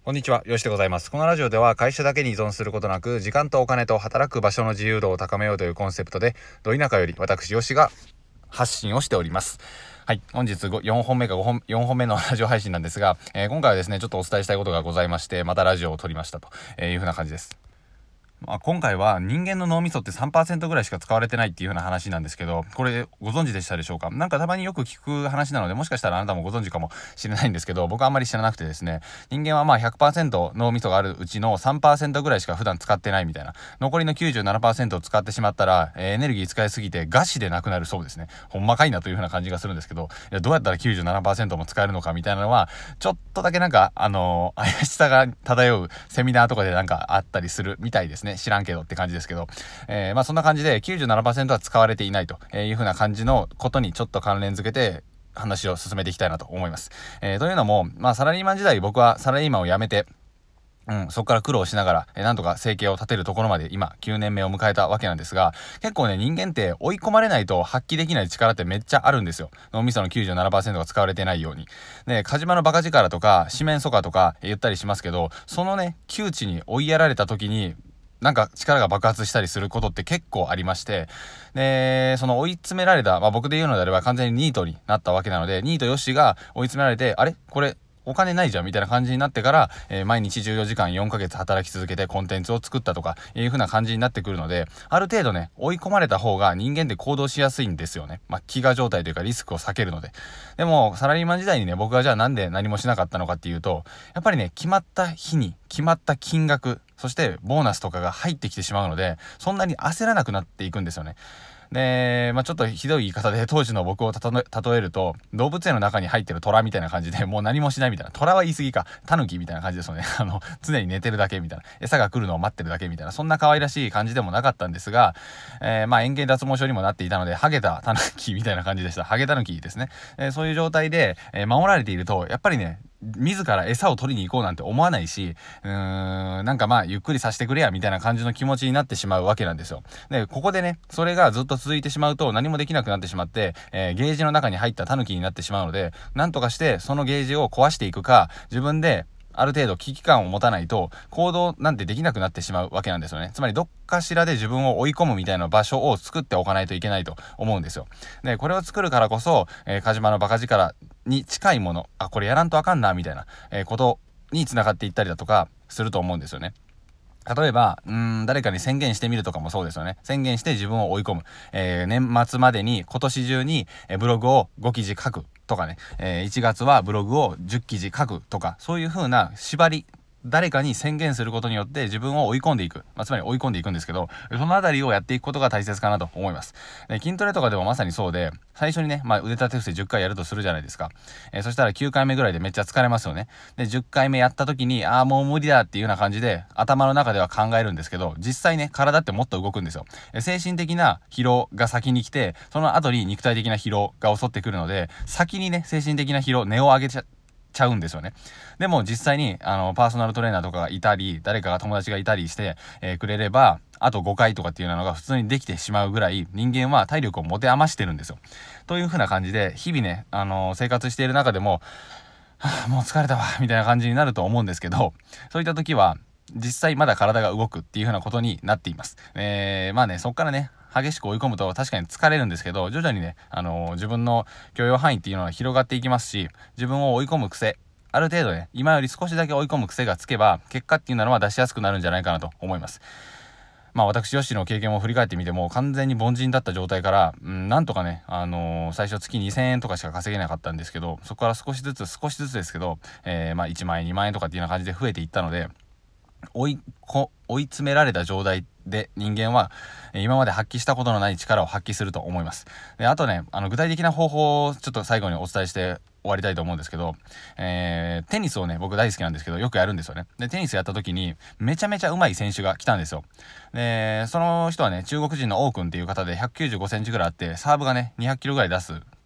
こんにちは、よしでございます。このラジオでは会社だけに依存することなく、時間とお金と働く場所の自由度を高めようというコンセプトで、ど田舎より私よしが発信をしております。はい、本日4本目か4本目のラジオ配信なんですが、今回はですね、ちょっとお伝えしたいことがございまして、またラジオを撮りましたというふうな感じです。今回は人間の脳みそって 3% ぐらいしか使われてないっていう風な話なんですけど、これご存知でしたでしょうか？なんかたまによく聞く話なので、もしかしたらあなたもご存知かもしれないんですけど、僕はあんまり知らなくてですね、人間は100% 脳みそがあるうちの 3% ぐらいしか普段使ってないみたいな、残りの 97% を使ってしまったら、エネルギー使いすぎて餓死でなくなるそうですね。ほんまかいなという風な感じがするんですけど、いやどうやったら 97% も使えるのかみたいなのはちょっとだけなんか怪しさが漂うセミナーとかでなんかあったりするみたいですね。知らんけどって感じですけど、そんな感じで 97% は使われていないという風な感じのことにちょっと関連づけて話を進めていきたいなと思います。というのも、サラリーマン時代僕はサラリーマンを辞めてそこから苦労しながら、なんとか生計を立てるところまで今、9年目を迎えたわけなんですが、結構ね、人間って追い込まれないと発揮できない力ってめっちゃあるんですよ。脳みその 97% が使われてないように。で、カジマのバカ力とか、四面楚歌とか言ったりしますけど、そのね、窮地に追いやられた時に、なんか力が爆発したりすることって結構ありまして、で、その追い詰められた、僕で言うのであれば完全にニートになったわけなので、ニートヨッシーが追い詰められて、あれこれ、お金ないじゃんみたいな感じになってから、毎日14時間4ヶ月働き続けてコンテンツを作ったとかいう風な感じになってくるので、ある程度ね、追い込まれた方が人間って行動しやすいんですよね。飢餓状態というかリスクを避けるので。でも、サラリーマン時代にね、僕がじゃあなんで何もしなかったのかっていうと、やっぱりね、決まった日に決まった金額、そしてボーナスとかが入ってきてしまうので、そんなに焦らなくなっていくんですよね。で、ちょっとひどい言い方で当時の僕を例えると、動物園の中に入ってる虎みたいな感じで、もう何もしないみたいな。虎は言い過ぎか。狸みたいな感じですよね。常に寝てるだけみたいな。餌が来るのを待ってるだけみたいな。そんな可愛らしい感じでもなかったんですが、円形脱毛症にもなっていたので、ハゲた狸みたいな感じでした。ハゲ狸ですね。そういう状態で、守られていると、やっぱりね、自ら餌を取りに行こうなんて思わないし、なんかゆっくりさせてくれやみたいな感じの気持ちになってしまうわけなんですよ。で、ここでね、それがずっと続いてしまうと何もできなくなってしまって、ゲージの中に入った狸になってしまうので、なんとかしてそのゲージを壊していくか、自分である程度危機感を持たないと行動なんてできなくなってしまうわけなんですよね。つまりどっかしらで自分を追い込むみたいな場所を作っておかないといけないと思うんですよ。で、これを作るからこそ、カジマのバカ力に近いもの、これやらんとあかんな、みたいな、ことに繋がっていったりだとかすると思うんですよね。例えば、誰かに宣言してみるとかもそうですよね。宣言して自分を追い込む。年末までに今年中にブログを5記事書くとかね。1月はブログを10記事書くとか、そういう風な縛り、誰かに宣言することによって自分を追い込んでいく。つまり追い込んでいくんですけど、そのあたりをやっていくことが大切かなと思います。筋トレとかでもまさにそうで、最初にね、腕立て伏せ10回やるとするじゃないですか。そしたら9回目ぐらいでめっちゃ疲れますよね。で、10回目やった時に、もう無理だっていうような感じで、頭の中では考えるんですけど、実際ね、体ってもっと動くんですよ。精神的な疲労が先に来て、その後に肉体的な疲労が襲ってくるので、先にね、精神的な疲労、値を上げちゃうんですよね。でも実際にパーソナルトレーナーとかがいたり、誰かが友達がいたりして、くれれば、あと5回とかっていうのが普通にできてしまうぐらい人間は体力を持て余してるんですよ。という風な感じで日々ね、生活している中でも、もう疲れたわみたいな感じになると思うんですけど、そういった時は実際まだ体が動くっていう風なことになっています。そっからね、激しく追い込むと確かに疲れるんですけど、徐々にね、自分の許容範囲っていうのは広がっていきますし、自分を追い込む癖、ある程度ね、今より少しだけ追い込む癖がつけば、結果っていうのは出しやすくなるんじゃないかなと思います。私、ヨッシーの経験を振り返ってみても、完全に凡人だった状態から、なんとかね、最初月2000円とかしか稼げなかったんですけど、そこから少しずつですけど、1万円、2万円とかっていうような感じで増えていったので、追い詰められた状態で人間は今まで発揮したことのない力を発揮すると思います。で、あとね、具体的な方法をちょっと最後にお伝えして終わりたいと思うんですけど、テニスをね、僕大好きなんですけど、よくやるんですよね。で、テニスやった時にめちゃめちゃ上手い選手が来たんですよ。で、その人はね、中国人の王くんっていう方で195センチぐらいあって、サーブがね、200キロぐらい出す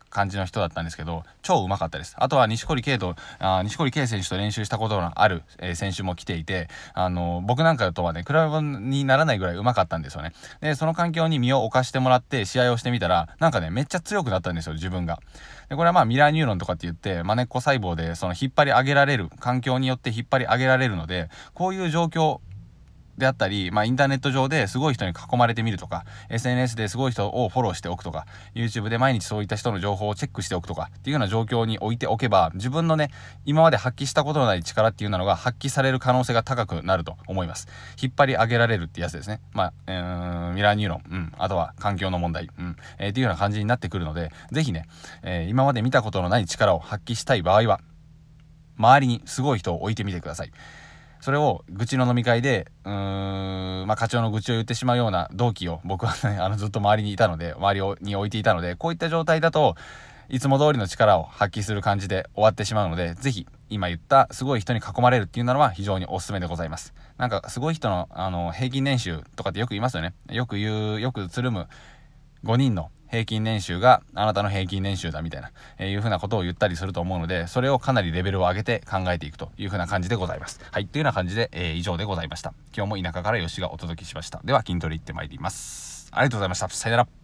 感じの人だったんですけど、超うまかったです。あとは西堀圭選手と練習したことのある、選手も来ていて、僕なんかとはね比べ物にならないぐらいうまかったんですよね。でその環境に身を置かしてもらって試合をしてみたら、なんかねめっちゃ強くなったんですよ、自分が。でこれはまあミラーニューロンとかって言って、まねっこ細胞でその引っ張り上げられる、環境によって引っ張り上げられるので、こういう状況であったり、インターネット上ですごい人に囲まれてみるとか、 SNS ですごい人をフォローしておくとか、 YouTube で毎日そういった人の情報をチェックしておくとかっていうような状況に置いておけば、自分のね今まで発揮したことのない力っていうのが発揮される可能性が高くなると思います。引っ張り上げられるってやつですね。ミラーニューロン、あとは環境の問題、っていうような感じになってくるので、ぜひね、今まで見たことのない力を発揮したい場合は周りにすごい人を置いてみてください。それを愚痴の飲み会で課長の愚痴を言ってしまうような同期を僕はねずっと周りにいたので、周りに置いていたので、こういった状態だといつも通りの力を発揮する感じで終わってしまうので、ぜひ今言ったすごい人に囲まれるっていうのは非常におすすめでございます。なんかすごい人の平均年収とかってよく言いますよね。よくつるむ5人の平均年収があなたの平均年収だみたいな、いうふうなことを言ったりすると思うので、それをかなりレベルを上げて考えていくというふうな感じでございます。はい、というような感じで、以上でございました。今日も田舎から吉がお届けしました。では筋トレ行ってまいります。ありがとうございました。さよなら。